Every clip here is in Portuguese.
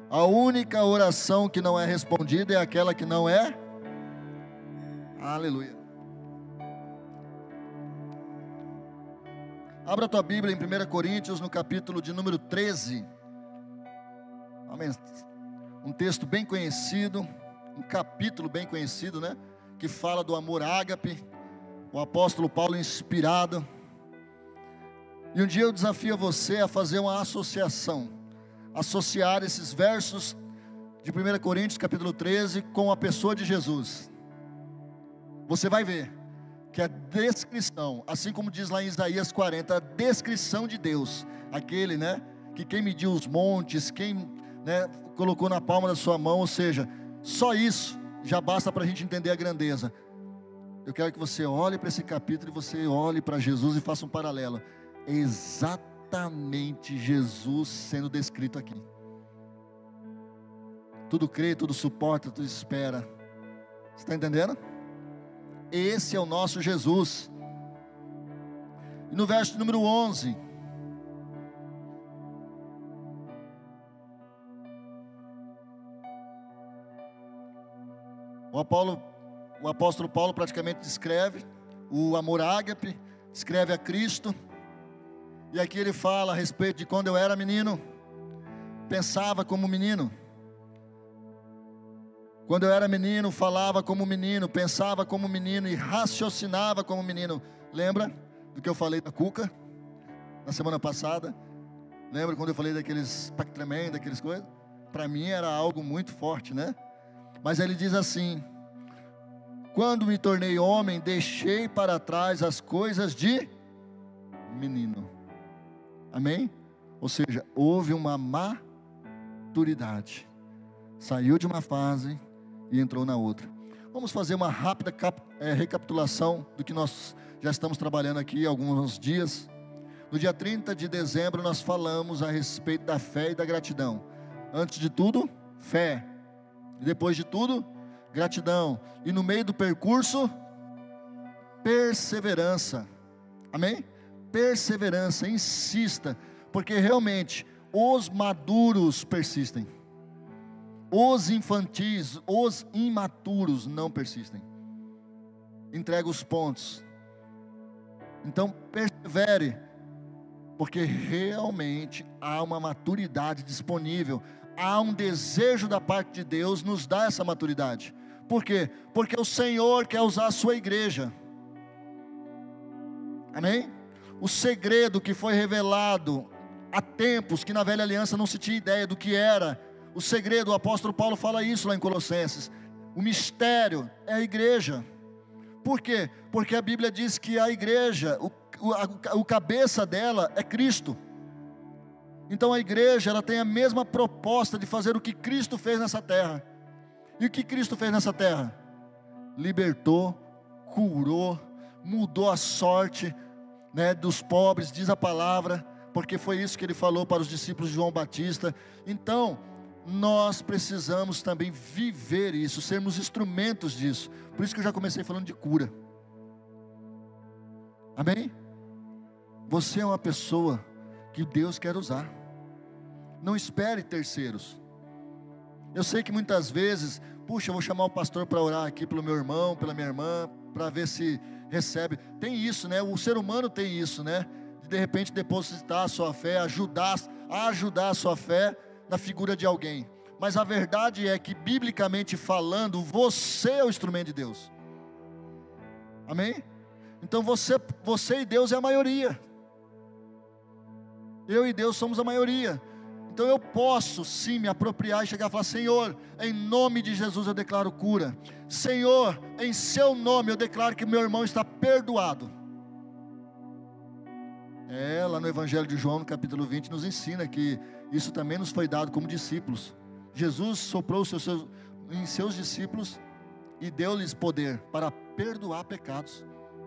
A única oração que não é respondida é aquela que não é. Aleluia. Abra a tua Bíblia em 1 Coríntios, no capítulo de número 13. Amém. Um texto bem conhecido, um capítulo bem conhecido, né? Que fala do amor ágape. O apóstolo Paulo inspirado. E um dia eu desafio você a fazer uma associação. Associar esses versos de 1 Coríntios capítulo 13 com a pessoa de Jesus. Você vai ver que a descrição, assim como diz lá em Isaías 40, a descrição de Deus, aquele, né, que quem mediu os montes, quem, né, colocou na palma da sua mão, ou seja, só isso já basta para a gente entender a grandeza. Eu quero que você olhe para esse capítulo e você olhe para Jesus e faça um paralelo. É exatamente Jesus sendo descrito aqui. Tudo crê, tudo suporta, tudo espera. Você está entendendo? Esse é o nosso Jesus. E no verso número 11, o apóstolo Paulo praticamente descreve o amor ágape, descreve a Cristo. E aqui ele fala a respeito de quando eu era menino, pensava como menino. Quando eu era menino, falava como menino, pensava como menino e raciocinava como menino. Lembra do que eu falei da Cuca na semana passada? Lembra quando eu falei daqueles pactremém, daqueles coisas? Para mim era algo muito forte, né? Mas ele diz assim: quando me tornei homem, deixei para trás as coisas de menino. Amém? Ou seja, houve uma maturidade. Saiu de uma fase e entrou na outra. Vamos fazer uma rápida recapitulação do que nós já estamos trabalhando aqui há alguns dias. No dia 30 de dezembro nós falamos a respeito da fé e da gratidão. Antes de tudo, fé. E depois de tudo, gratidão. E no meio do percurso, perseverança. Amém? Perseverança, insista, porque realmente os maduros persistem. Os infantis, os imaturos não persistem. Entrega os pontos. Então persevere, porque realmente há uma maturidade disponível. Há um desejo da parte de Deus nos dar essa maturidade. Por quê? Porque o Senhor quer usar a sua igreja. Amém? O segredo que foi revelado há tempos, que na velha aliança não se tinha ideia do que era. O segredo, o apóstolo Paulo fala isso lá em Colossenses. O mistério é a igreja. Por quê? Porque a Bíblia diz que a igreja, o cabeça dela é Cristo. Então a igreja, ela tem a mesma proposta de fazer o que Cristo fez nessa terra. E o que Cristo fez nessa terra? Libertou, curou, mudou a sorte, né, dos pobres, diz a palavra, porque foi isso que ele falou para os discípulos de João Batista. Então nós precisamos também viver isso, sermos instrumentos disso. Por isso que eu já comecei falando de cura. Amém? Você é uma pessoa que Deus quer usar. Não espere terceiros. Eu sei que muitas vezes, puxa, eu vou chamar o pastor para orar aqui pelo meu irmão, pela minha irmã, para ver se recebe. Tem isso, né? O ser humano tem isso, né? De repente depositar a sua fé, ajudar a sua fé na figura de alguém. Mas a verdade é que, biblicamente falando, você é o instrumento de Deus. Amém? Então você e Deus é a maioria. Eu e Deus somos a maioria. Então eu posso sim me apropriar e chegar e falar: Senhor, em nome de Jesus eu declaro cura. Senhor, em seu nome eu declaro que meu irmão está perdoado. Lá no Evangelho de João, no capítulo 20, nos ensina que isso também nos foi dado como discípulos. Jesus soprou em seus discípulos e deu-lhes poder para perdoar pecados.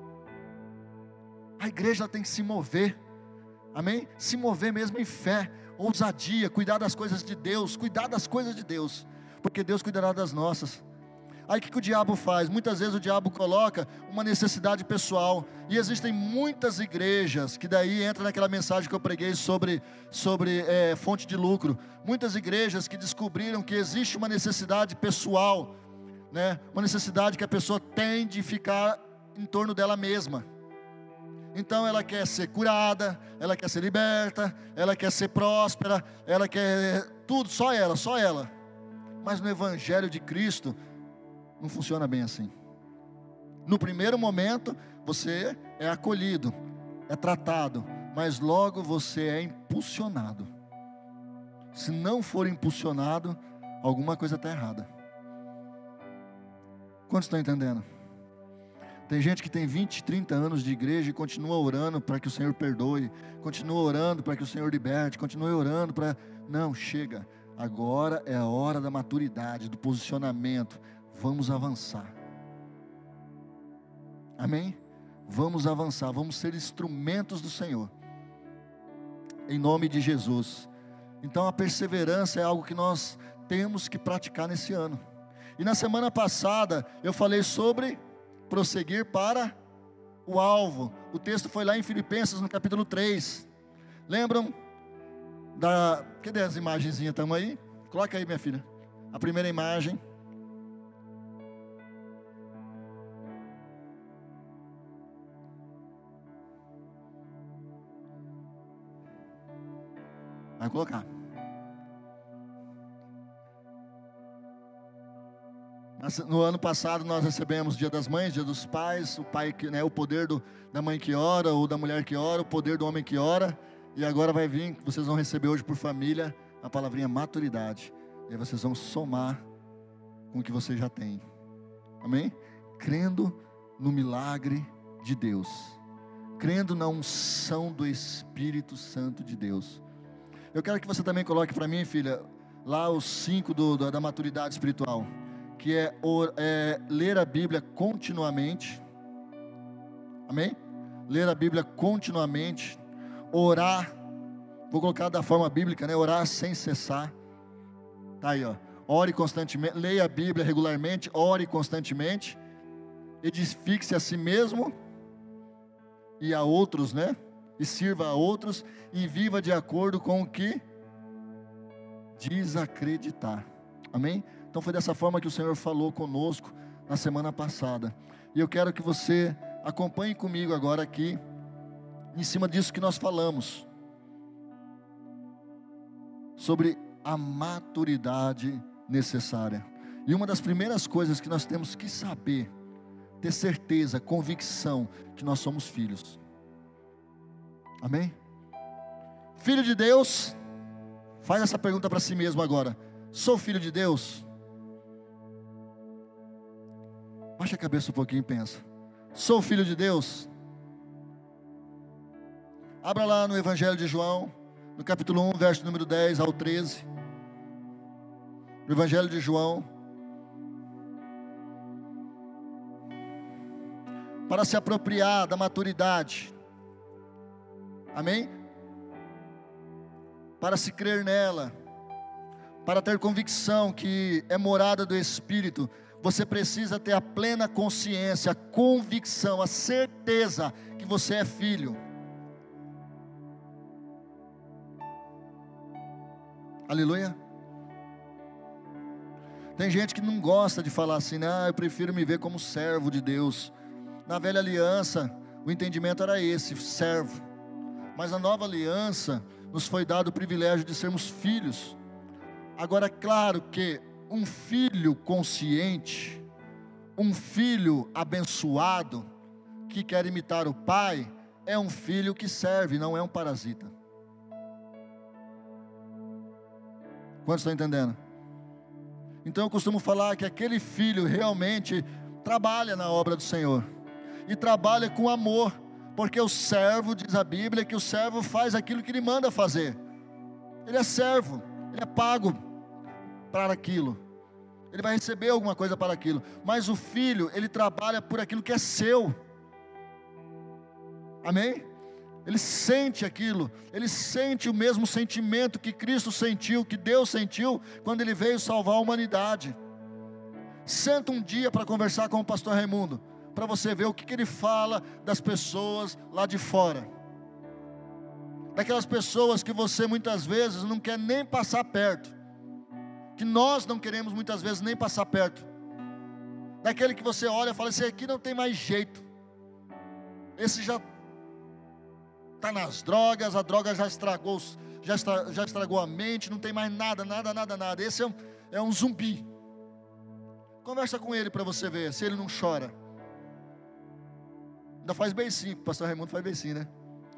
A igreja tem que se mover, amém? Se mover mesmo em fé, ousadia, cuidar das coisas de Deus, porque Deus cuidará das nossas. Aí o que o diabo faz? Muitas vezes o diabo coloca uma necessidade pessoal. E existem muitas igrejas, que daí entra naquela mensagem que eu preguei sobre fonte de lucro. Muitas igrejas que descobriram que existe uma necessidade pessoal, né? Uma necessidade que a pessoa tem de ficar em torno dela mesma. Então ela quer ser curada, ela quer ser liberta, ela quer ser próspera, ela quer tudo, só ela. Mas no Evangelho de Cristo não funciona bem assim. No primeiro momento você é acolhido, é tratado, mas logo você é impulsionado. Se não for impulsionado, alguma coisa está errada. Quantos estão entendendo? Tem gente que tem 20, 30 anos de igreja e continua orando para que o Senhor perdoe, continua orando para que o Senhor liberte, continua orando para... Não, chega. Agora é a hora da maturidade, do posicionamento. Vamos avançar. Amém? Vamos avançar, vamos ser instrumentos do Senhor. Em nome de Jesus. Então a perseverança é algo que nós temos que praticar nesse ano. E na semana passada eu falei sobre prosseguir para o alvo. O texto foi lá em Filipenses no capítulo 3. Lembram? Cadê as imagenzinhas? Estamos aí? Coloca aí, minha filha. A primeira imagem. Vai colocar. No ano passado nós recebemos Dia das Mães, Dia dos Pais, o pai que, né, o poder da mãe que ora, ou da mulher que ora, o poder do homem que ora. E agora vai vir, vocês vão receber hoje por família a palavrinha maturidade. E aí vocês vão somar com o que você já tem. Amém? Crendo no milagre de Deus, crendo na unção do Espírito Santo de Deus. Eu quero que você também coloque para mim, filha, lá os 5 da maturidade espiritual, que é ler a Bíblia continuamente. Amém? Ler a Bíblia continuamente, orar, vou colocar da forma bíblica, né? Orar sem cessar. Tá aí, ó. Ore constantemente, leia a Bíblia regularmente, ore constantemente, edifique-se a si mesmo e a outros, né? E sirva a outros, e viva de acordo com o que diz acreditar. Amém? Então foi dessa forma que o Senhor falou conosco na semana passada. E eu quero que você acompanhe comigo agora aqui, em cima disso que nós falamos, sobre a maturidade necessária. E uma das primeiras coisas que nós temos que saber, ter certeza, convicção, que nós somos filhos. Amém? Filho de Deus, faz essa pergunta para si mesmo agora. Sou filho de Deus? Baixa a cabeça um pouquinho e pensa. Sou filho de Deus? Abra lá no Evangelho de João, no capítulo 1, verso número 10 ao 13. No Evangelho de João. Para se apropriar da maturidade. Amém? Para se crer nela, para ter convicção que é morada do Espírito, você precisa ter a plena consciência, a convicção, a certeza que você é filho. Aleluia. Tem gente que não gosta de falar assim, né? Eu prefiro me ver como servo de Deus. Na velha aliança, o entendimento era esse, servo. Mas na nova aliança, nos foi dado o privilégio de sermos filhos. Agora, é claro que um filho consciente, um filho abençoado, que quer imitar o pai, é um filho que serve, não é um parasita. Quantos estão entendendo? Então eu costumo falar que aquele filho realmente trabalha na obra do Senhor, e trabalha com amor, porque o servo, diz a Bíblia, que o servo faz aquilo que ele manda fazer. Ele é servo, ele é pago para aquilo, ele vai receber alguma coisa para aquilo. Mas o filho, ele trabalha por aquilo que é seu. Amém? Ele sente aquilo, ele sente o mesmo sentimento que Cristo sentiu, que Deus sentiu, quando Ele veio salvar a humanidade. Senta um dia para conversar com o pastor Raimundo, para você ver o que ele fala das pessoas lá de fora. Daquelas pessoas que você muitas vezes não quer nem passar perto, que nós não queremos muitas vezes nem passar perto. Daquele que você olha e fala, esse aqui não tem mais jeito, esse já está nas drogas, a droga já estragou a mente, não tem mais nada. Esse é um zumbi. Conversa com ele para você ver se ele não chora. Ainda faz beicinho, o pastor Raimundo faz beicinho, né?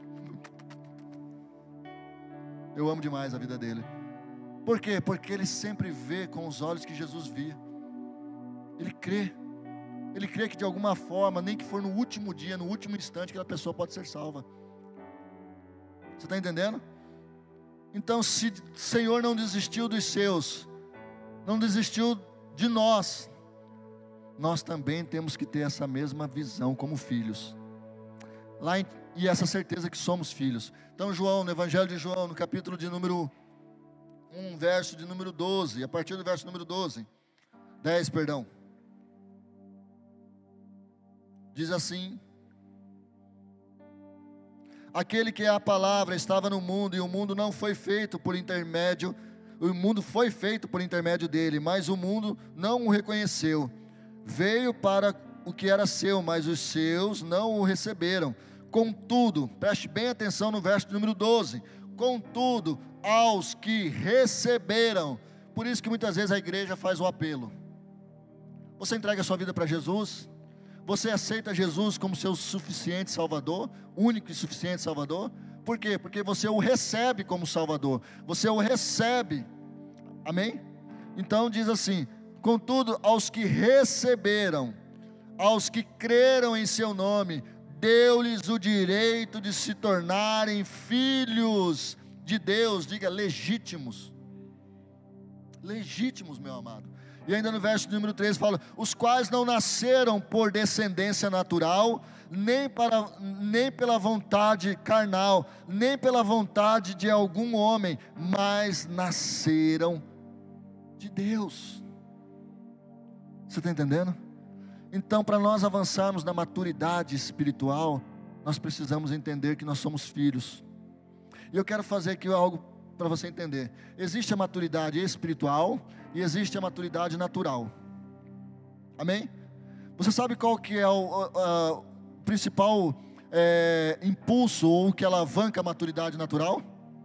Eu amo demais a vida dele. Por quê? Porque ele sempre vê com os olhos que Jesus via. Ele crê que de alguma forma, nem que for no último dia, no último instante, aquela pessoa pode ser salva. Você está entendendo? Então, se o Senhor não desistiu dos seus, não desistiu de nós, nós também temos que ter essa mesma visão como filhos. E essa certeza que somos filhos. Então, João, no Evangelho de João, no capítulo de número 1, verso de número 12, a partir do verso número 10, diz assim: aquele que é a palavra estava no mundo, e o mundo não foi feito por intermédio, o mundo foi feito por intermédio dele, mas o mundo não o reconheceu. Veio para o que era seu, mas os seus não o receberam. Contudo, preste bem atenção no verso número 12, contudo, aos que receberam. Por isso que muitas vezes a igreja faz o apelo. Você entrega a sua vida para Jesus? Você aceita Jesus como seu suficiente Salvador, único e suficiente Salvador? Por quê? Porque você o recebe como Salvador, você o recebe, amém? Então diz assim: contudo, aos que receberam, aos que creram em seu nome, deu-lhes o direito de se tornarem filhos de Deus. Diga, legítimos. Legítimos, meu amado. E ainda no verso número 13 fala: os quais não nasceram por descendência natural, nem pela vontade carnal, nem pela vontade de algum homem, mas nasceram de Deus. Você está entendendo? Então, para nós avançarmos na maturidade espiritual, nós precisamos entender que nós somos filhos. E eu quero fazer aqui algo para você entender. Existe a maturidade espiritual e existe a maturidade natural. Amém? Você sabe qual que é o principal impulso ou que alavanca a maturidade natural?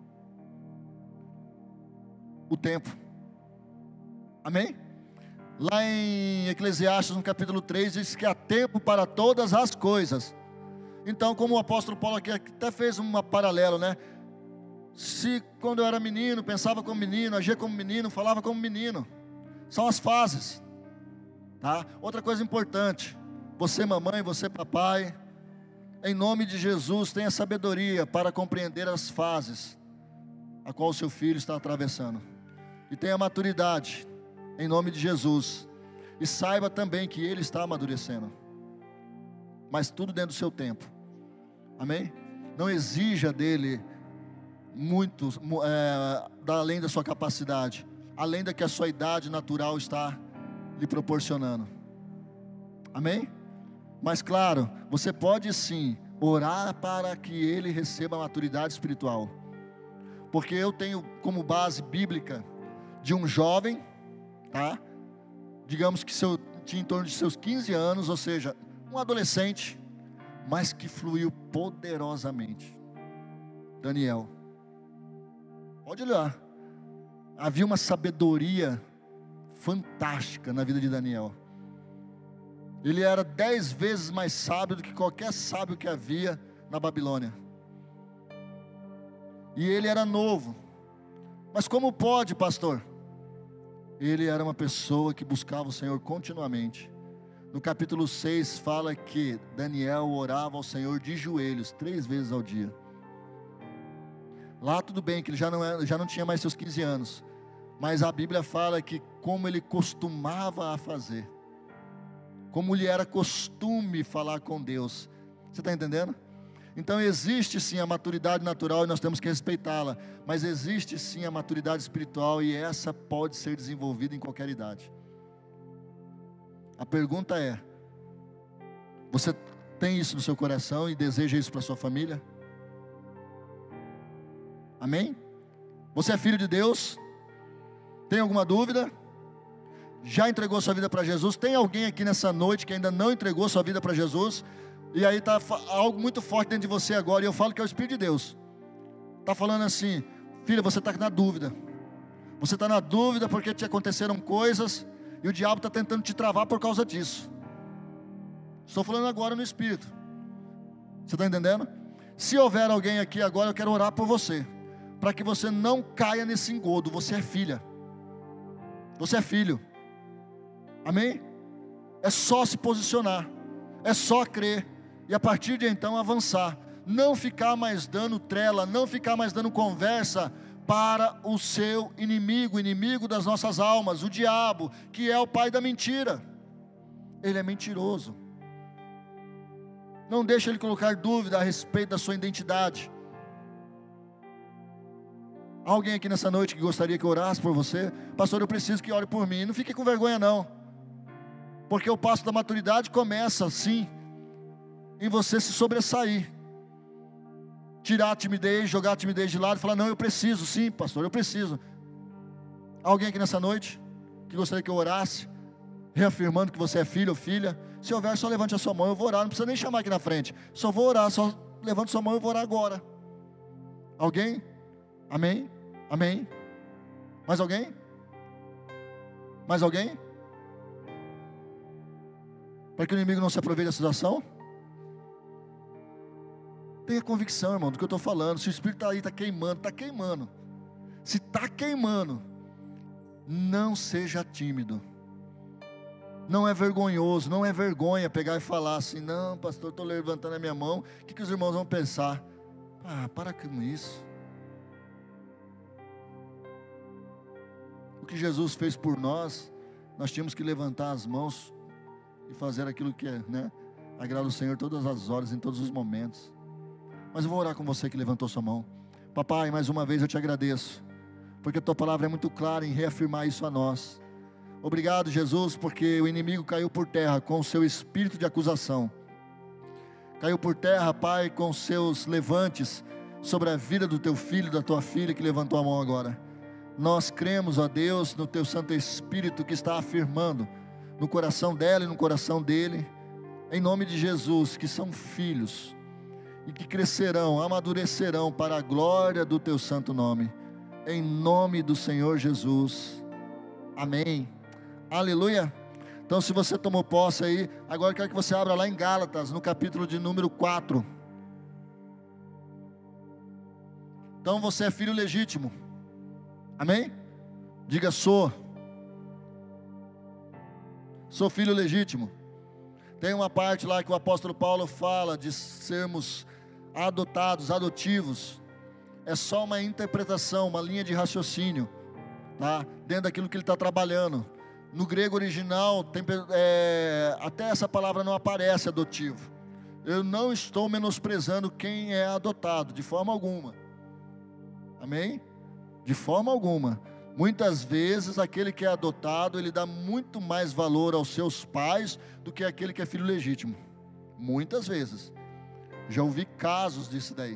O tempo. Amém? Lá em Eclesiastes, no capítulo 3, diz que há tempo para todas as coisas. Então, como o apóstolo Paulo aqui até fez uma paralela, né? Se quando eu era menino, pensava como menino, agia como menino, falava como menino. São as fases, tá? Outra coisa importante: você mamãe, você papai, em nome de Jesus, tenha sabedoria para compreender as fases a qual o seu filho está atravessando. E tenha maturidade, em nome de Jesus. E saiba também que ele está amadurecendo. Mas tudo dentro do seu tempo. Amém? Não exija dele muito, além da sua capacidade, além da que a sua idade natural está lhe proporcionando. Amém? Mas claro, você pode sim orar para que ele receba a maturidade espiritual. Porque eu tenho como base bíblica de um jovem, tá? Digamos que tinha em torno de seus 15 anos, ou seja, um adolescente, mas que fluiu poderosamente. Daniel. Pode olhar. Havia uma sabedoria fantástica na vida de Daniel. Ele era 10 vezes mais sábio do que qualquer sábio que havia na Babilônia. E ele era novo. Mas como pode, pastor? Ele era uma pessoa que buscava o Senhor continuamente. No capítulo 6 fala que Daniel orava ao Senhor de joelhos 3 vezes ao dia. Lá tudo bem que ele já não tinha mais seus 15 anos, mas a Bíblia fala que como ele costumava a fazer, como lhe era costume falar com Deus. Você está entendendo? Então existe sim a maturidade natural e nós temos que respeitá-la, mas existe sim a maturidade espiritual e essa pode ser desenvolvida em qualquer idade. A pergunta é: você tem isso no seu coração e deseja isso para sua família? Amém? Você é filho de Deus? Tem alguma dúvida? Já entregou sua vida para Jesus? Tem alguém aqui nessa noite que ainda não entregou sua vida para Jesus? E aí está algo muito forte dentro de você agora, e eu falo que é o Espírito de Deus. Está falando assim: filha, você está na dúvida. Você está na dúvida porque te aconteceram coisas, e o diabo está tentando te travar por causa disso. Estou falando agora no Espírito. Você está entendendo? Se houver alguém aqui agora, eu quero orar por você, para que você não caia nesse engodo. Você é filha. Você é filho. Amém? É só se posicionar. É só crer. E a partir de então avançar. Não ficar mais dando trela. Não ficar mais dando conversa para o seu inimigo. O inimigo das nossas almas. O diabo, que é o pai da mentira. Ele é mentiroso. Não deixe ele colocar dúvida a respeito da sua identidade. Alguém aqui nessa noite que gostaria que eu orasse por você? Pastor, eu preciso que ore por mim. Não fique com vergonha não. Porque o passo da maturidade começa assim, em você se sobressair. Tirar a timidez, jogar a timidez de lado e falar: não, eu preciso, sim pastor, eu preciso. Alguém aqui nessa noite que gostaria que eu orasse, reafirmando que você é filho ou filha? Se houver, só levante a sua mão, eu vou orar. Não precisa nem chamar aqui na frente. Só vou orar, só levante sua mão e eu vou orar agora. Alguém? Amém? Amém? Mais alguém? Mais alguém? Para que o inimigo não se aproveite da situação? Tenha convicção, irmão, do que eu estou falando. Se o Espírito está aí, está queimando, está queimando. Se está queimando, não seja tímido. Não é vergonhoso, não é vergonha pegar e falar assim: não pastor, estou levantando a minha mão, o que os irmãos vão pensar? Para com isso. O que Jesus fez por nós, nós tínhamos que levantar as mãos e fazer aquilo que é, agrada o Senhor todas as horas, em todos os momentos. Mas eu vou orar com você que levantou sua mão. Papai, mais uma vez eu te agradeço, porque a tua palavra é muito clara em reafirmar isso a nós. Obrigado, Jesus, porque o inimigo caiu por terra com o seu espírito de acusação. Caiu por terra, Pai, com os seus levantes sobre a vida do teu filho, da tua filha que levantou a mão agora. Nós cremos, ó Deus, no teu Santo Espírito que está afirmando no coração dela e no coração dele, em nome de Jesus, que são filhos e que crescerão, amadurecerão para a glória do teu santo nome, em nome do Senhor Jesus, amém, aleluia. Então, se você tomou posse aí, agora eu quero que você abra lá em Gálatas, no capítulo de número 4. Então, você é filho legítimo, amém? Diga: sou filho legítimo. Tem uma parte lá que o apóstolo Paulo fala de sermos adotados, adotivos. É só uma interpretação, uma linha de raciocínio, tá? Dentro daquilo que ele está trabalhando. No grego original, até essa palavra não aparece, adotivo. Eu não estou menosprezando quem é adotado, de forma alguma. Amém? De forma alguma. Muitas vezes aquele que é adotado, ele dá muito mais valor aos seus pais do que aquele que é filho legítimo. Muitas vezes. Já ouvi casos disso daí.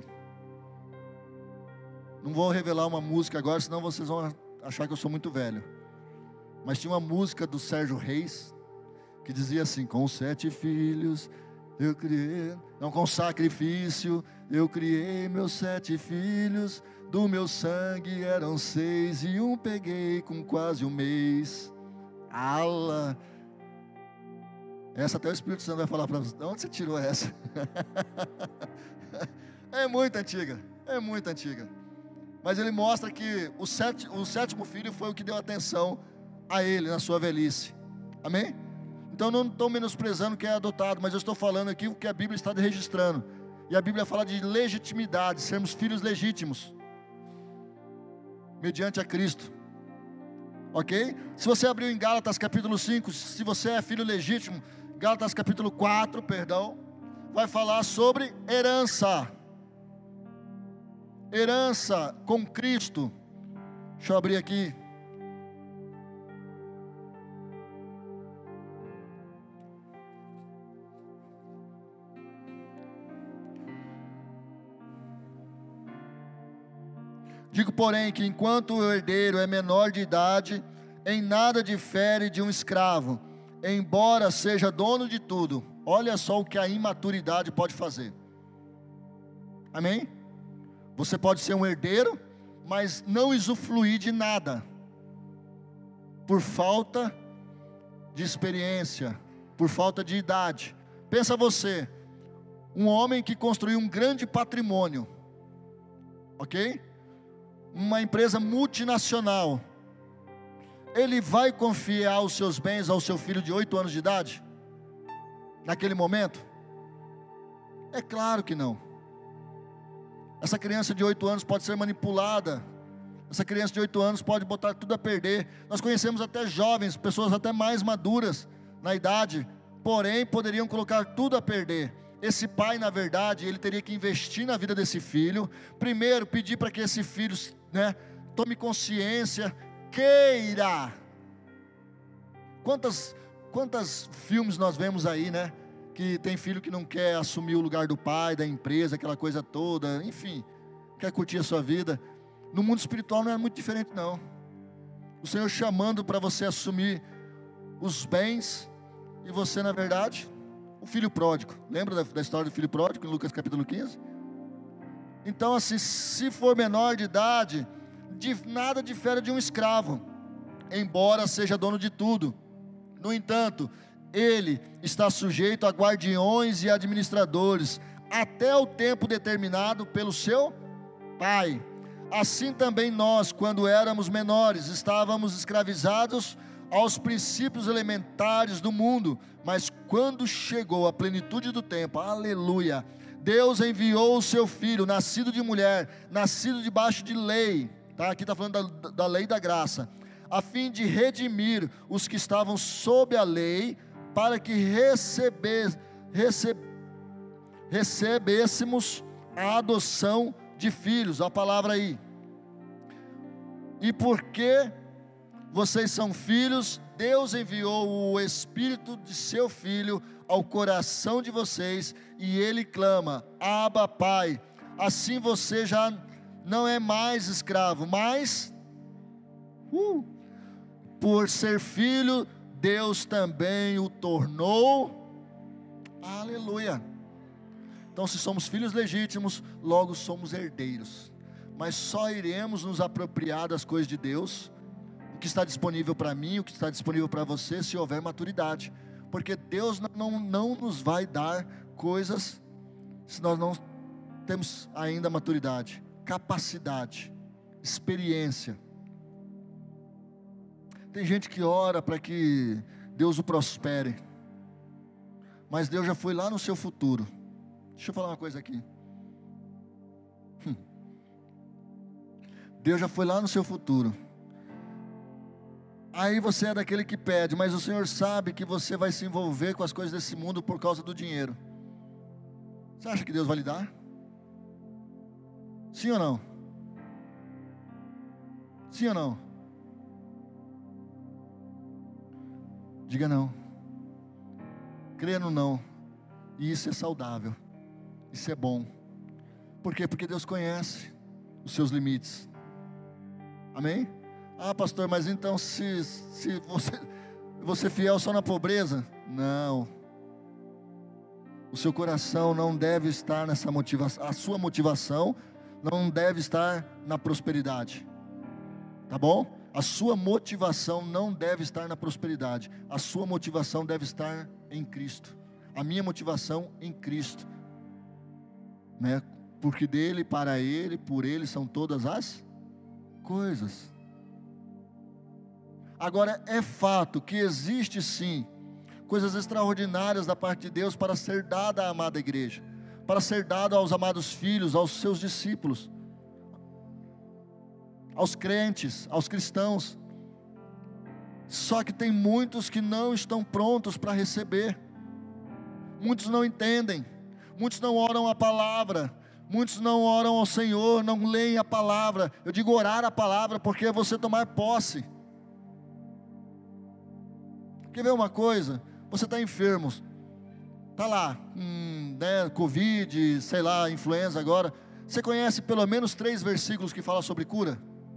Não vou revelar uma música agora, senão vocês vão achar que eu sou muito velho. Mas tinha uma música do Sérgio Reis, que dizia assim: com 7 filhos eu criei, não, com sacrifício eu criei meus 7 filhos, do meu sangue eram 6 e um peguei com quase um mês. Ala, essa até o Espírito Santo vai falar para você: de onde você tirou essa? É muito antiga, é muito antiga. Mas ele mostra que o sétimo filho foi o que deu atenção a ele na sua velhice. Amém? Então não estou menosprezando quem é adotado, mas eu estou falando aqui o que a Bíblia está registrando. E a Bíblia fala de legitimidade, sermos filhos legítimos, mediante a Cristo. Ok? Se você abriu em Gálatas capítulo 5, se você é filho legítimo, Gálatas capítulo 4, perdão, vai falar sobre herança. Herança com Cristo. Deixa eu abrir aqui. Digo, porém, que enquanto o herdeiro é menor de idade, em nada difere de um escravo, embora seja dono de tudo. Olha só o que a imaturidade pode fazer. Amém? Você pode ser um herdeiro, mas não usufruir de nada, por falta de experiência, por falta de idade. Pensa você, um homem que construiu um grande patrimônio, ok? Uma empresa multinacional, ele vai confiar os seus bens ao seu filho de 8 anos de idade? Naquele momento? É claro que não. Essa criança de 8 anos pode ser manipulada. Essa criança de 8 anos pode botar tudo a perder. Nós conhecemos até jovens, pessoas até mais maduras na idade, porém poderiam colocar tudo a perder. Esse pai, na verdade, ele teria que investir na vida desse filho. Primeiro, pedir para que esse filho, tome consciência, queira. Quantos filmes nós vemos aí, que tem filho que não quer assumir o lugar do pai, da empresa, aquela coisa toda, enfim, quer curtir a sua vida. No mundo espiritual não é muito diferente não. O Senhor chamando para você assumir os bens, e você, na verdade, o filho pródigo. Lembra da história do filho pródigo, em Lucas capítulo 15? Então, assim, se for menor de idade, nada difere de um escravo, embora seja dono de tudo. No entanto, ele está sujeito a guardiões e administradores, até o tempo determinado pelo seu pai. Assim também nós, quando éramos menores, estávamos escravizados aos princípios elementares do mundo, mas quando chegou a plenitude do tempo, aleluia, Deus enviou o seu filho, nascido de mulher, nascido debaixo de lei, aqui está falando da lei da graça, a fim de redimir os que estavam sob a lei, para que recebêssemos a adoção de filhos. A palavra aí. E porque vocês são filhos, Deus enviou o Espírito de seu Filho ao coração de vocês, e Ele clama, Abba, Pai. Assim você já não é mais escravo, mas por ser filho, Deus também o tornou, aleluia. Então, se somos filhos legítimos, logo somos herdeiros, mas só iremos nos apropriar das coisas de Deus, o que está disponível para mim, o que está disponível para você, se houver maturidade, porque Deus não nos vai dar coisas, se nós não temos ainda maturidade, capacidade, experiência. Tem gente que ora para que Deus o prospere, mas Deus já foi lá no seu futuro. Deixa eu falar uma coisa aqui. Deus já foi lá no seu futuro. Aí você é daquele que pede, mas o Senhor sabe que você vai se envolver com as coisas desse mundo por causa do dinheiro. Você acha que Deus vai lhe dar? Sim ou não? Sim ou não? Diga não. Creia no não. E isso é saudável. Isso é bom. Por quê? Porque Deus conhece os seus limites. Amém? Ah, pastor, mas então se você é fiel só na pobreza? Não. O seu coração não deve estar nessa motivação. A sua motivação não deve estar na prosperidade. Tá bom? A sua motivação não deve estar na prosperidade. A sua motivação deve estar em Cristo. A minha motivação em Cristo, porque dele, para ele, por ele são todas as coisas. Agora é fato que existe sim coisas extraordinárias da parte de Deus para ser dada à amada igreja, para ser dada aos amados filhos, aos seus discípulos, aos crentes, aos cristãos. Só que tem muitos que não estão prontos para receber. Muitos não entendem, muitos não oram a palavra, muitos não oram ao Senhor, não leem a palavra. Eu digo orar a palavra porque é você tomar posse. Quer ver uma coisa? Você está enfermo, está lá, Covid, sei lá, influenza agora. Você conhece pelo menos 3 versículos que falam sobre cura?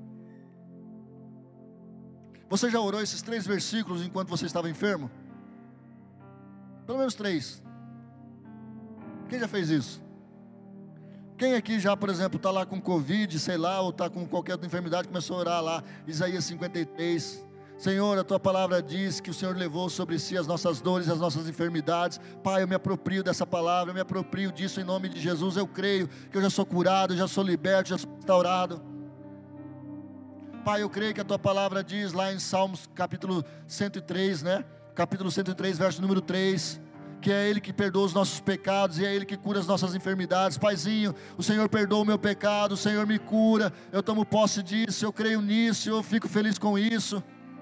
Você já orou esses 3 versículos enquanto você estava enfermo? Pelo menos 3. Quem já fez isso? Quem aqui já, por exemplo, está lá com Covid, sei lá, ou está com qualquer outra enfermidade, começou a orar lá, Isaías 53. Senhor, a tua palavra diz que o Senhor levou sobre si as nossas dores, as nossas enfermidades. Pai, eu me aproprio dessa palavra, eu me aproprio disso em nome de Jesus. Eu creio que eu já sou curado, eu já sou liberto, já sou restaurado. Pai, eu creio que a tua palavra diz lá em Salmos capítulo 103, né? Capítulo 103, verso número 3, que é Ele que perdoa os nossos pecados e é Ele que cura as nossas enfermidades. Paizinho, o Senhor perdoa o meu pecado, o Senhor me cura, eu tomo posse disso, eu creio nisso, eu fico feliz com isso.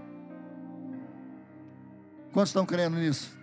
Quantos estão crendo nisso?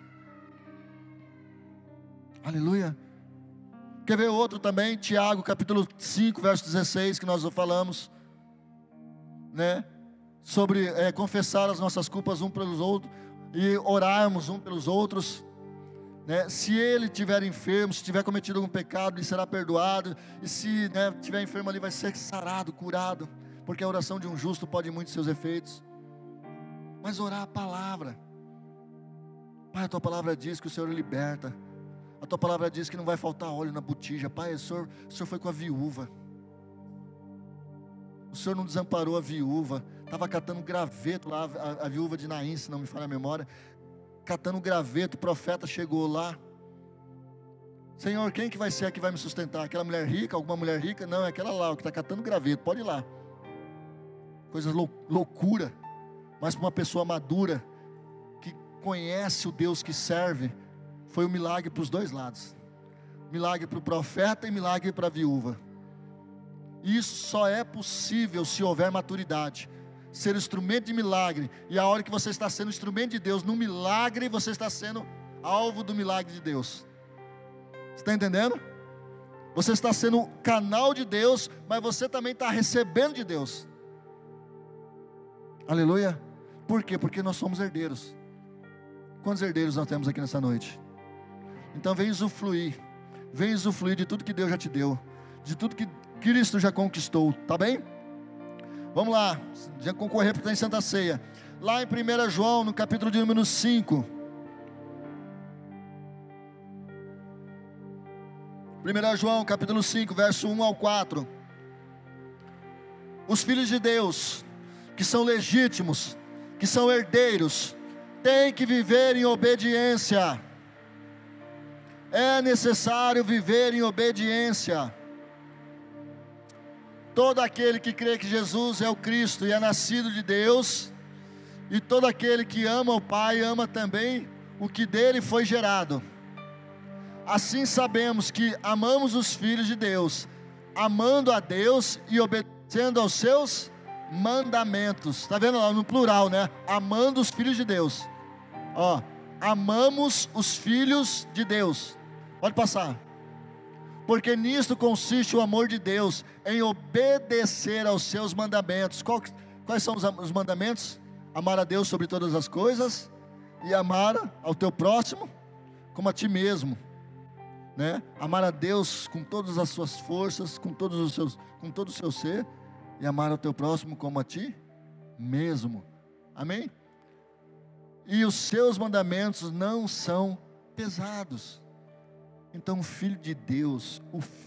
Aleluia. Quer ver outro também? Tiago capítulo 5, verso 16, que nós falamos, né? Sobre confessar as nossas culpas um pelos outros e orarmos um pelos outros, né? Se ele estiver enfermo, se tiver cometido algum pecado, ele será perdoado. E se estiver enfermo ali, vai ser sarado, curado, porque a oração de um justo pode muito seus efeitos. Mas orar a palavra. Pai, a tua palavra diz que o Senhor liberta. A tua palavra diz que não vai faltar óleo na botija. Pai, o Senhor foi com a viúva. O Senhor não desamparou a viúva. Estava catando graveto lá, a viúva de Naim, se não me falha a memória. Catando graveto, o profeta chegou lá. Senhor, quem que vai ser a que vai me sustentar? Aquela mulher rica, alguma mulher rica? Não, é aquela lá, que está catando graveto, pode ir lá. Coisas loucura. Mas para uma pessoa madura, conhece o Deus que serve, foi um milagre para os dois lados. Milagre para o profeta e milagre para a viúva. Isso só é possível se houver maturidade. Ser instrumento de milagre. E a hora que você está sendo instrumento de Deus no milagre, você está sendo alvo do milagre de Deus. Você está entendendo? Você está sendo canal de Deus, mas você também está recebendo de Deus. Aleluia. Por quê? Porque nós somos herdeiros. Quantos herdeiros nós temos aqui nessa noite? Então vem usufruir de tudo que Deus já te deu, de tudo que Cristo já conquistou, tá bem? Vamos lá, já concorrer para estar em Santa Ceia. Lá em 1 João, no capítulo de número 5. 1 João, capítulo 5, verso 1 ao 4. Os filhos de Deus, que são legítimos, que são herdeiros, tem que viver em obediência. É necessário viver em obediência. Todo aquele que crê que Jesus é o Cristo e é nascido de Deus, e todo aquele que ama o Pai, ama também o que dele foi gerado. Assim sabemos que amamos os filhos de Deus, amando a Deus e obedecendo aos seus mandamentos. Está vendo lá no plural, né? Amando os filhos de Deus. Ó, amamos os filhos de Deus. Pode passar. Porque nisto consiste o amor de Deus, em obedecer aos seus mandamentos. Quais são os mandamentos? Amar a Deus sobre todas as coisas e amar ao teu próximo como a ti mesmo, né? Amar a Deus com todas as suas forças, com todo o seu ser, e amar ao teu próximo como a ti mesmo. Amém? E os seus mandamentos não são pesados. Então o Filho de Deus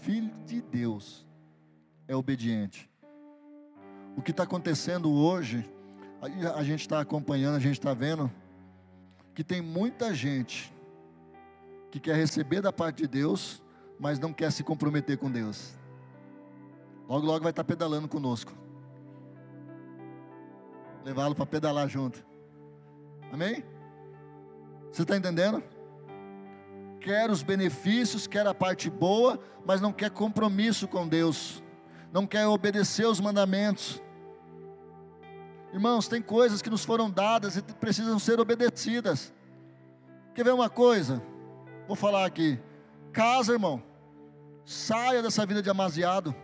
é obediente. O que está acontecendo hoje, a gente está acompanhando, a gente está vendo, que tem muita gente que quer receber da parte de Deus, mas não quer se comprometer com Deus. Logo, logo vai estar pedalando conosco. Levá-lo para pedalar junto. Amém? Você está entendendo? Quer os benefícios, quer a parte boa, mas não quer compromisso com Deus. Não quer obedecer os mandamentos. Irmãos, tem coisas que nos foram dadas e precisam ser obedecidas. Quer ver uma coisa? Vou falar aqui. Casa, irmão. Saia dessa vida de amasiado.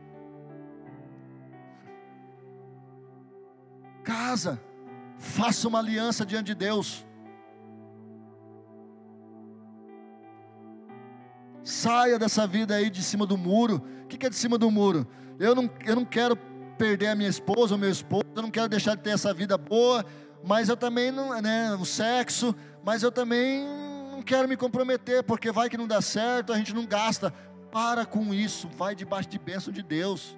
Casa. Faça uma aliança diante de Deus. Saia dessa vida aí de cima do muro. O que é de cima do muro? Eu não quero perder a minha esposa, o meu esposo, eu não quero deixar de ter essa vida boa, mas eu também não, né, o sexo, mas eu também não quero me comprometer, porque vai que não dá certo, a gente não gasta. Para com isso, vai debaixo de bênção de Deus.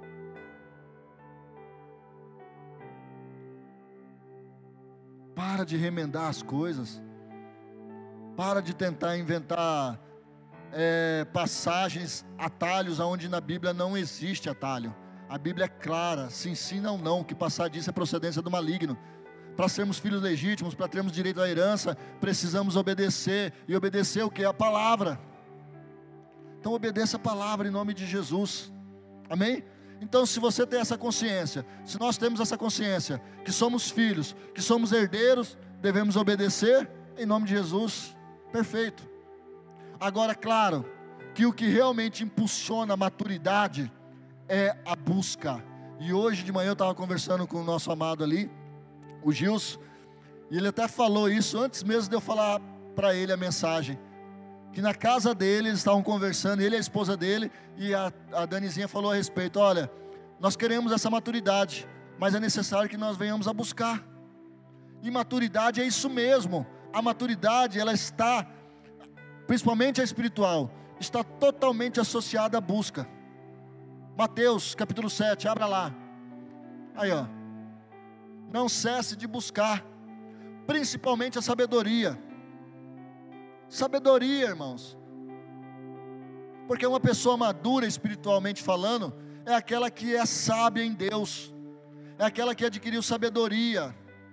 Para de remendar as coisas. Para de tentar inventar passagens, atalhos, onde na Bíblia não existe atalho. A Bíblia é clara, se ensina ou não, que passar disso é procedência do maligno. Para sermos filhos legítimos, para termos direito à herança, precisamos obedecer. E obedecer o que? A palavra. Então obedeça a palavra em nome de Jesus. Amém? Então, se você tem essa consciência, se nós temos essa consciência, que somos filhos, que somos herdeiros, devemos obedecer em nome de Jesus. Perfeito. Agora, claro, que o que realmente impulsiona a maturidade é a busca. E hoje de manhã eu estava conversando com o nosso amado ali, o Gilson, e ele até falou isso antes mesmo de eu falar para ele a mensagem, que na casa dele eles estavam conversando, ele e a esposa dele, e a Danizinha falou a respeito: olha, nós queremos essa maturidade, mas é necessário que nós venhamos a buscar. E maturidade é isso mesmo. A maturidade, ela está, principalmente a espiritual, está totalmente associada à busca. Mateus capítulo 7, abra lá. Aí ó, não cesse de buscar, principalmente a sabedoria. Sabedoria, irmãos, porque uma pessoa madura espiritualmente falando, é aquela que é sábia em Deus, é aquela que adquiriu sabedoria.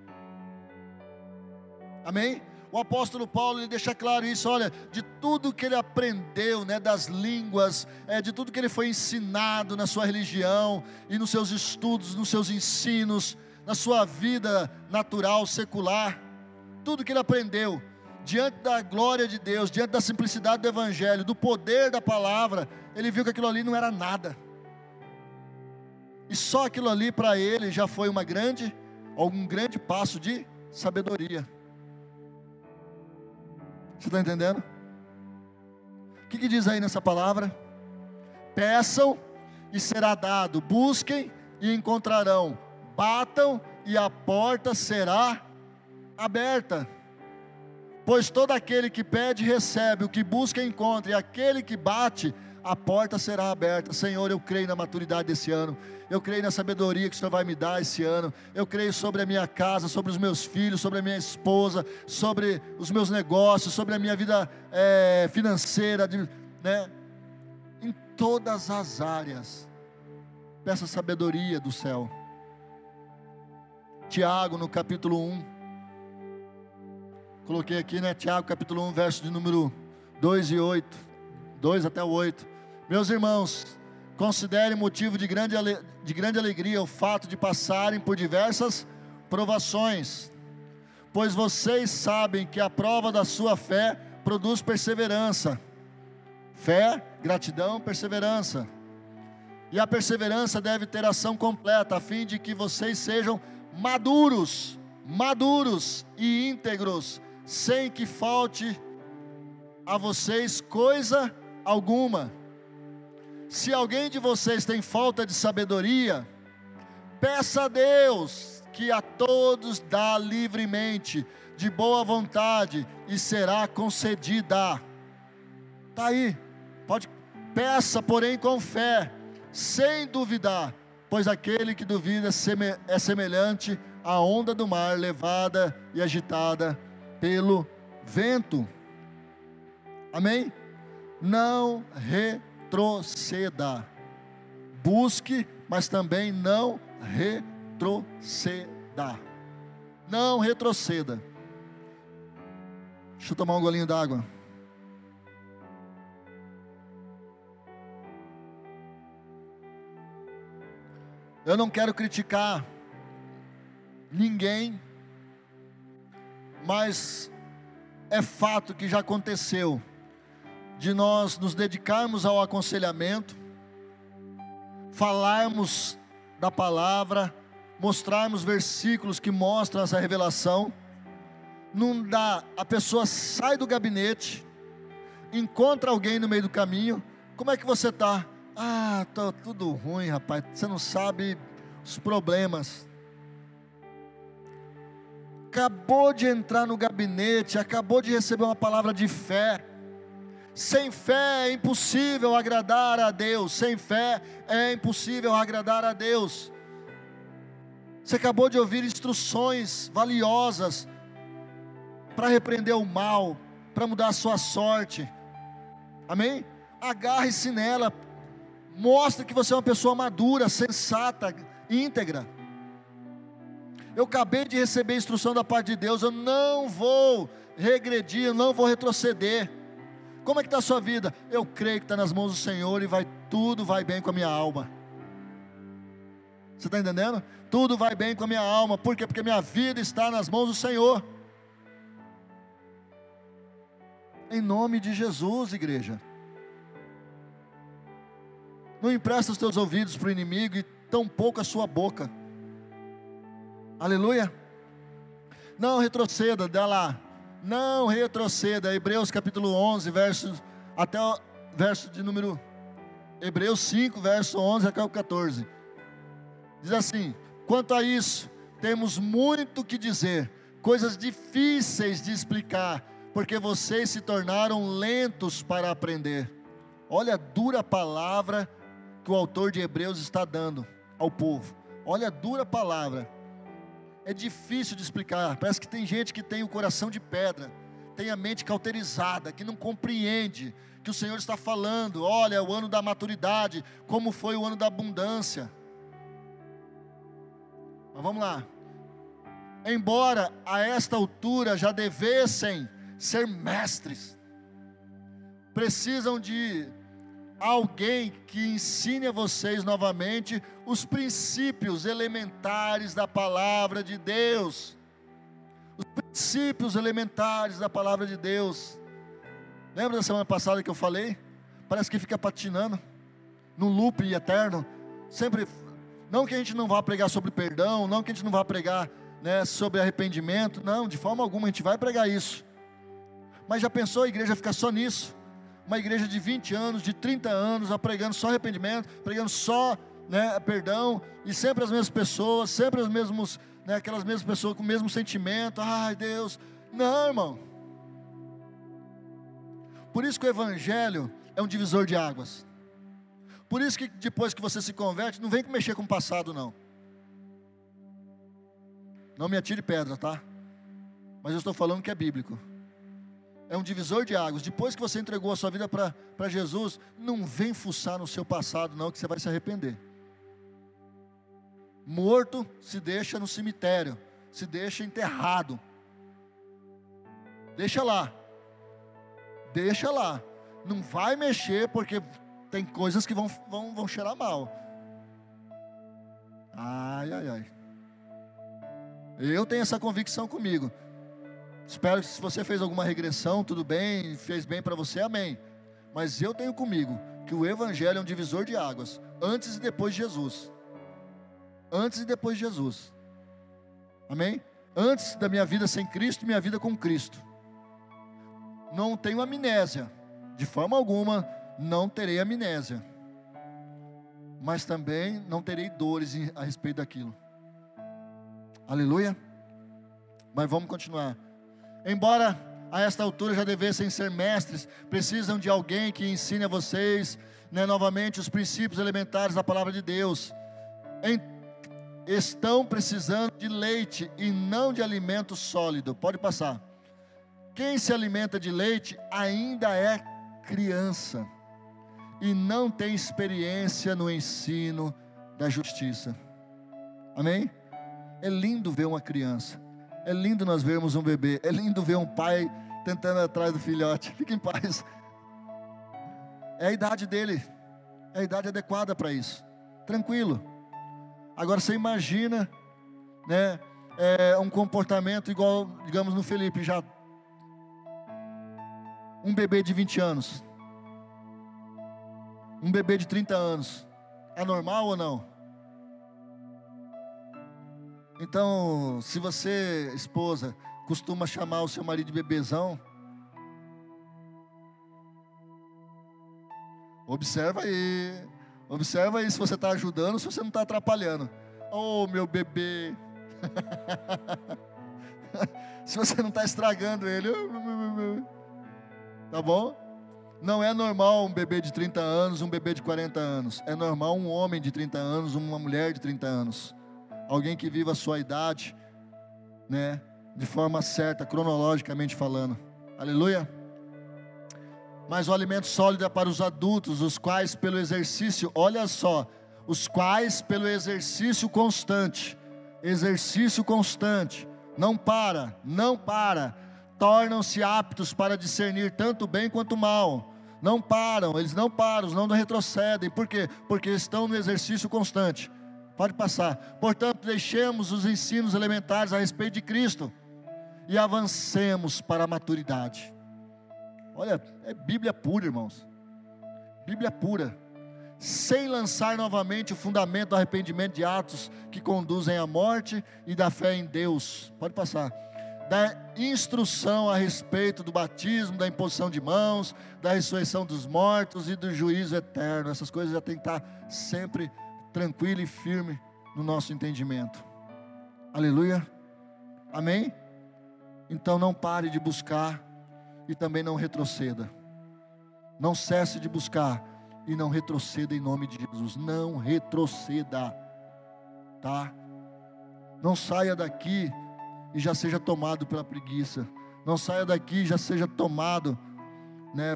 Amém? O apóstolo Paulo, ele deixa claro isso, olha, de tudo que ele aprendeu, né, das línguas, de tudo que ele foi ensinado na sua religião, e nos seus estudos, nos seus ensinos, na sua vida natural, secular, tudo que ele aprendeu, diante da glória de Deus, diante da simplicidade do Evangelho, do poder da palavra, ele viu que aquilo ali não era nada, e só aquilo ali para ele já foi um grande passo de sabedoria. Você está entendendo? O que diz aí nessa palavra? Peçam e será dado, busquem e encontrarão, batam e a porta será aberta. Pois todo aquele que pede recebe, o que busca encontra, e aquele que bate, a porta será aberta. Senhor, eu creio na maturidade desse ano, eu creio na sabedoria que o Senhor vai me dar esse ano, eu creio sobre a minha casa, sobre os meus filhos, sobre a minha esposa, sobre os meus negócios, sobre a minha vida financeira, né? Em todas as áreas, peça sabedoria do céu. Tiago, no capítulo 1, coloquei aqui, né? Tiago, capítulo 1, verso de número 2 até o 8. Meus irmãos, considerem motivo de grande alegria o fato de passarem por diversas provações, pois vocês sabem que a prova da sua fé produz perseverança. Fé, gratidão, perseverança. E a perseverança deve ter ação completa, a fim de que vocês sejam maduros e íntegros, sem que falte a vocês coisa alguma. Se alguém de vocês tem falta de sabedoria, peça a Deus, que a todos dá livremente, de boa vontade, e será concedida. Está aí, peça, porém com fé, sem duvidar, pois aquele que duvida é semelhante à onda do mar, levada e agitada pelo vento. Amém? Não retroceda, busque, mas também não retroceda. Não retroceda. Deixa eu tomar um golinho d'água. Eu não quero criticar ninguém, mas é fato que já aconteceu de nós nos dedicarmos ao aconselhamento, falarmos da palavra, mostrarmos versículos que mostram essa revelação. Não dá, a pessoa sai do gabinete, encontra alguém no meio do caminho. Como é que você está? Ah, tá tudo ruim, rapaz. Você não sabe os problemas. Acabou de entrar no gabinete, acabou de receber uma palavra de fé. Sem fé é impossível agradar a Deus. Sem fé é impossível agradar a Deus. Você acabou de ouvir instruções valiosas para repreender o mal, para mudar a sua sorte. Amém? Agarre-se nela. Mostre que você é uma pessoa madura, sensata, íntegra. Eu acabei de receber instrução da parte de Deus. Eu não vou regredir, eu não vou retroceder. Como é que está a sua vida? Eu creio que está nas mãos do Senhor e tudo vai bem com a minha alma. Você está entendendo? Tudo vai bem com a minha alma. Por quê? Porque minha vida está nas mãos do Senhor. Em nome de Jesus, igreja. Não empresta os teus ouvidos para o inimigo e tampouco a sua boca. Aleluia. Não retroceda, dá lá. Não retroceda. Hebreus capítulo 11, verso de número... Hebreus 5, verso 11 até o 14. Diz assim: quanto a isso, temos muito que dizer, coisas difíceis de explicar, porque vocês se tornaram lentos para aprender. Olha a dura palavra que o autor de Hebreus está dando ao povo. Olha a dura palavra. É difícil de explicar. Parece que tem gente que tem o coração de pedra, tem a mente cauterizada, que não compreende que o Senhor está falando. Olha, o ano da maturidade, como foi o ano da abundância. Mas vamos lá. Embora a esta altura já devessem ser mestres, precisam de alguém que ensine a vocês novamente os princípios elementares da palavra de Deus. Os princípios elementares da palavra de Deus. Lembra da semana passada que eu falei? Parece que fica patinando num loop eterno. Sempre, não que a gente não vá pregar sobre perdão, não que a gente não vá pregar, né, sobre arrependimento. Não, de forma alguma a gente vai pregar isso. Mas já pensou a igreja ficar só nisso? Uma igreja de 20 anos, de 30 anos, pregando só arrependimento, pregando só, né, perdão, e sempre as mesmas pessoas, sempre os mesmos, né, aquelas mesmas pessoas com o mesmo sentimento. Ai, Deus, não, irmão. Por isso que o evangelho é um divisor de águas. Por isso que depois que você se converte, não vem mexer com o passado, não. Não me atire pedra, tá? Mas eu estou falando que é bíblico. É um divisor de águas. Depois que você entregou a sua vida para Jesus, não vem fuçar no seu passado não, que você vai se arrepender. Morto se deixa no cemitério, se deixa enterrado. Deixa lá. Deixa lá. Não vai mexer, porque tem coisas que vão cheirar mal. Ai, ai, ai. Eu tenho essa convicção comigo. Espero que se você fez alguma regressão, tudo bem, fez bem para você, amém. Mas eu tenho comigo que o evangelho é um divisor de águas, antes e depois de Jesus. Antes e depois de Jesus. Amém? Antes da minha vida sem Cristo, minha vida com Cristo. Não tenho amnésia, de forma alguma não terei amnésia. Mas também não terei dores a respeito daquilo. Aleluia? Mas vamos continuar. Embora a esta altura já devessem ser mestres, precisam de alguém que ensine a vocês, né, novamente os princípios elementares da palavra de Deus. Estão precisando de leite e não de alimento sólido. Pode passar. Quem se alimenta de leite ainda é criança e não tem experiência no ensino da justiça. Amém? É lindo ver uma criança. É lindo nós vermos um bebê. É lindo ver um pai tentando atrás do filhote. Fique em paz. É a idade dele. É a idade adequada para isso. Tranquilo. Agora você imagina, né, um comportamento igual, digamos, no Felipe, já um bebê de 20 anos. Um bebê de 30 anos. É normal ou não? Então, se você, esposa, costuma chamar o seu marido de bebezão, Observa aí. Observa aí se você está ajudando, se você não está atrapalhando. Oh, meu bebê. Se você não está estragando ele. Tá bom? Não é normal um bebê de 30 anos, um bebê de 40 anos. É normal um homem de 30 anos, uma mulher de 30 anos. Alguém que viva a sua idade, né? De forma certa, cronologicamente falando. Aleluia. Mas o alimento sólido é para os adultos, os quais pelo exercício, olha só, os quais pelo exercício constante, não para, tornam-se aptos para discernir tanto o bem quanto o mal. Não param, eles não param, não retrocedem. Por quê? Porque estão no exercício constante. Pode passar. Portanto, deixemos os ensinos elementares a respeito de Cristo e avancemos para a maturidade. Olha, é Bíblia pura, irmãos. Bíblia pura. Sem lançar novamente o fundamento do arrependimento de atos que conduzem à morte e da fé em Deus. Pode passar. Da instrução a respeito do batismo, da imposição de mãos, da ressurreição dos mortos e do juízo eterno. Essas coisas já tem que estar sempre tranquilo e firme no nosso entendimento. Aleluia. Amém? Então não pare de buscar e também não retroceda. Não cesse de buscar e não retroceda em nome de Jesus. Não retroceda, tá? Não saia daqui e já seja tomado pela preguiça. Não saia daqui e já seja tomado, né,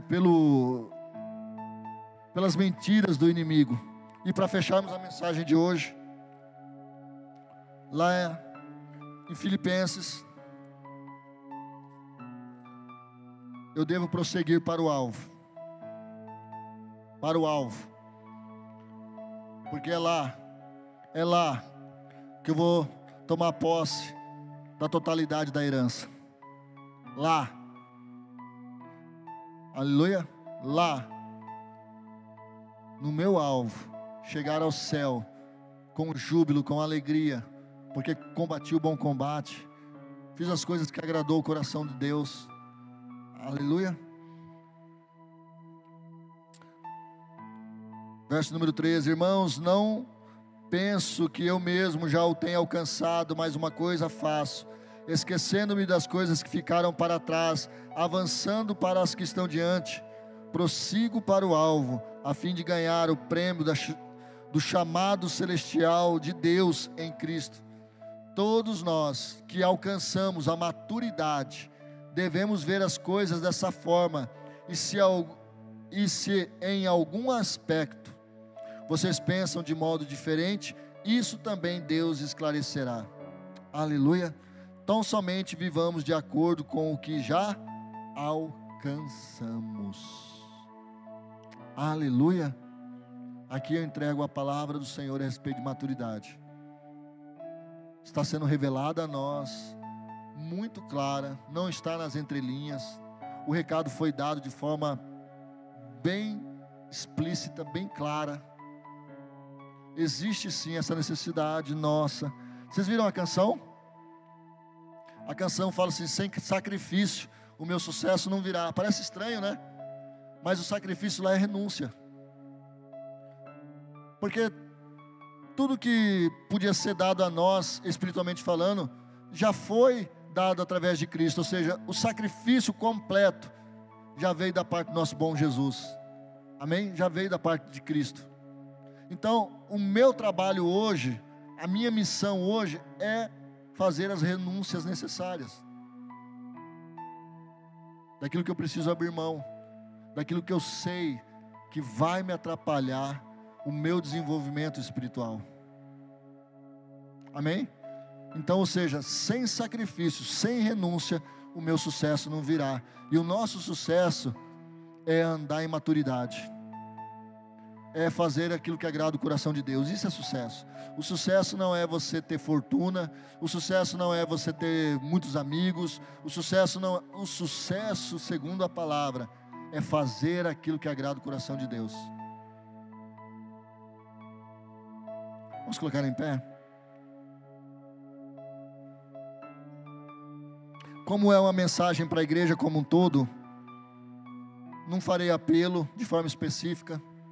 pelas mentiras do inimigo. E para fecharmos a mensagem de hoje, lá em Filipenses, eu devo prosseguir para o alvo. Para o alvo. Porque é lá que eu vou tomar posse da totalidade da herança. Lá. Aleluia. Lá. No meu alvo. Chegar ao céu com júbilo, com alegria, porque combati o bom combate, fiz as coisas que agradou o coração de Deus. Aleluia. Verso número 13. Irmãos, não penso que eu mesmo já o tenha alcançado, mas uma coisa faço, esquecendo-me das coisas que ficaram para trás, avançando para as que estão diante, prossigo para o alvo, a fim de ganhar o prêmio do chamado celestial de Deus em Cristo. Todos nós que alcançamos a maturidade, devemos ver as coisas dessa forma, e se em algum aspecto vocês pensam de modo diferente, isso também Deus esclarecerá. Aleluia. Tão somente vivamos de acordo com o que já alcançamos. Aleluia. Aqui eu entrego a palavra do Senhor a respeito de maturidade. Está sendo revelada a nós, muito clara, não está nas entrelinhas. O recado foi dado de forma bem explícita, bem clara. Existe sim essa necessidade nossa. Vocês viram a canção? A canção fala assim: sem sacrifício o meu sucesso não virá. Parece estranho, né? Mas o sacrifício lá é renúncia. Porque tudo que podia ser dado a nós, espiritualmente falando, já foi dado através de Cristo. Ou seja, o sacrifício completo já veio da parte do nosso bom Jesus. Amém? Já veio da parte de Cristo. Então, o meu trabalho hoje, a minha missão hoje é fazer as renúncias necessárias. Daquilo que eu preciso abrir mão, daquilo que eu sei que vai me atrapalhar o meu desenvolvimento espiritual. Amém? Então, ou seja, sem sacrifício, sem renúncia, o meu sucesso não virá. E o nosso sucesso é andar em maturidade. É fazer aquilo que agrada o coração de Deus. Isso é sucesso. O sucesso não é você ter fortuna. O sucesso não é você ter muitos amigos. O sucesso, segundo a palavra, é fazer aquilo que agrada o coração de Deus. Vamos colocar em pé? Como é uma mensagem para a igreja como um todo, não farei apelo de forma específica.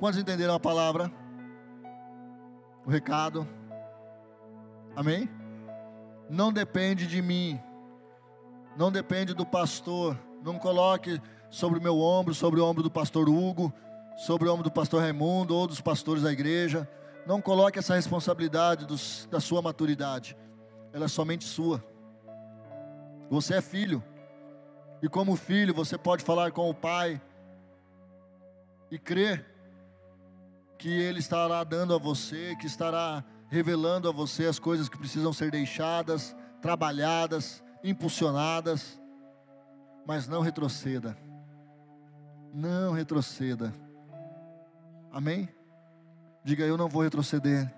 Quantos entenderam a palavra? O recado? Amém? Não depende de mim, não depende do pastor. Não coloque sobre o meu ombro, sobre o ombro do pastor Hugo, sobre o ombro do pastor Raimundo ou dos pastores da igreja. Não coloque essa responsabilidade da sua maturidade. Ela é somente sua. Você é filho, e como filho você pode falar com o pai e crer que ele estará dando a você, que estará revelando a você as coisas que precisam ser deixadas, trabalhadas, impulsionadas. Mas não retroceda. Não retroceda. Amém? Diga: eu não vou retroceder.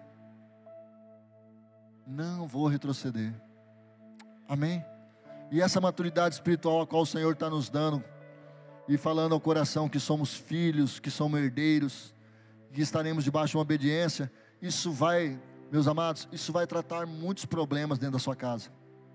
Não vou retroceder. Amém? E essa maturidade espiritual a qual o Senhor está nos dando, e falando ao coração que somos filhos, que somos herdeiros, que estaremos debaixo de uma obediência, isso vai, meus amados, isso vai tratar muitos problemas dentro da sua casa.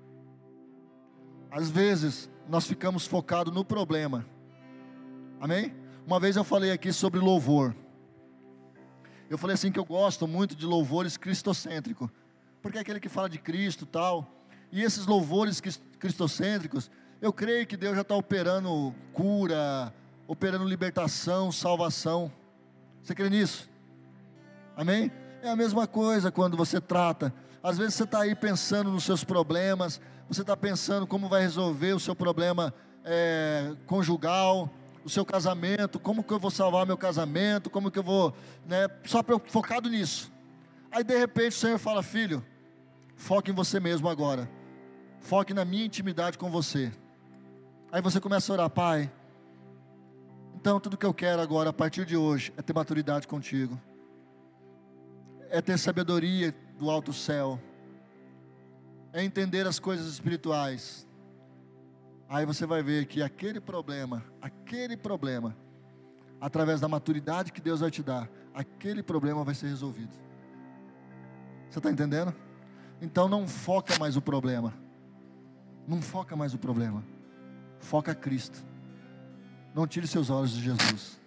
Às vezes nós ficamos focados no problema. Amém? Uma vez eu falei aqui sobre louvor. Eu falei assim que eu gosto muito de louvores cristocêntricos, porque é aquele que fala de Cristo e tal. E esses louvores cristocêntricos, eu creio que Deus já está operando cura, operando libertação, salvação. Você crê nisso? Amém? É a mesma coisa quando você trata. Às vezes você está aí pensando nos seus problemas, você está pensando como vai resolver o seu problema conjugal, o seu casamento, como que eu vou salvar meu casamento, como que eu vou, só focado nisso. Aí de repente o Senhor fala: filho, foque em você mesmo agora, foque na minha intimidade com você. Aí você começa a orar: pai, então tudo que eu quero agora, a partir de hoje, é ter maturidade contigo, é ter sabedoria do alto céu, é entender as coisas espirituais. Aí você vai ver que aquele problema, através da maturidade que Deus vai te dar, aquele problema vai ser resolvido. Você está entendendo? Então não foca mais o problema. Não foca mais o problema. Foca Cristo. Não tire seus olhos de Jesus.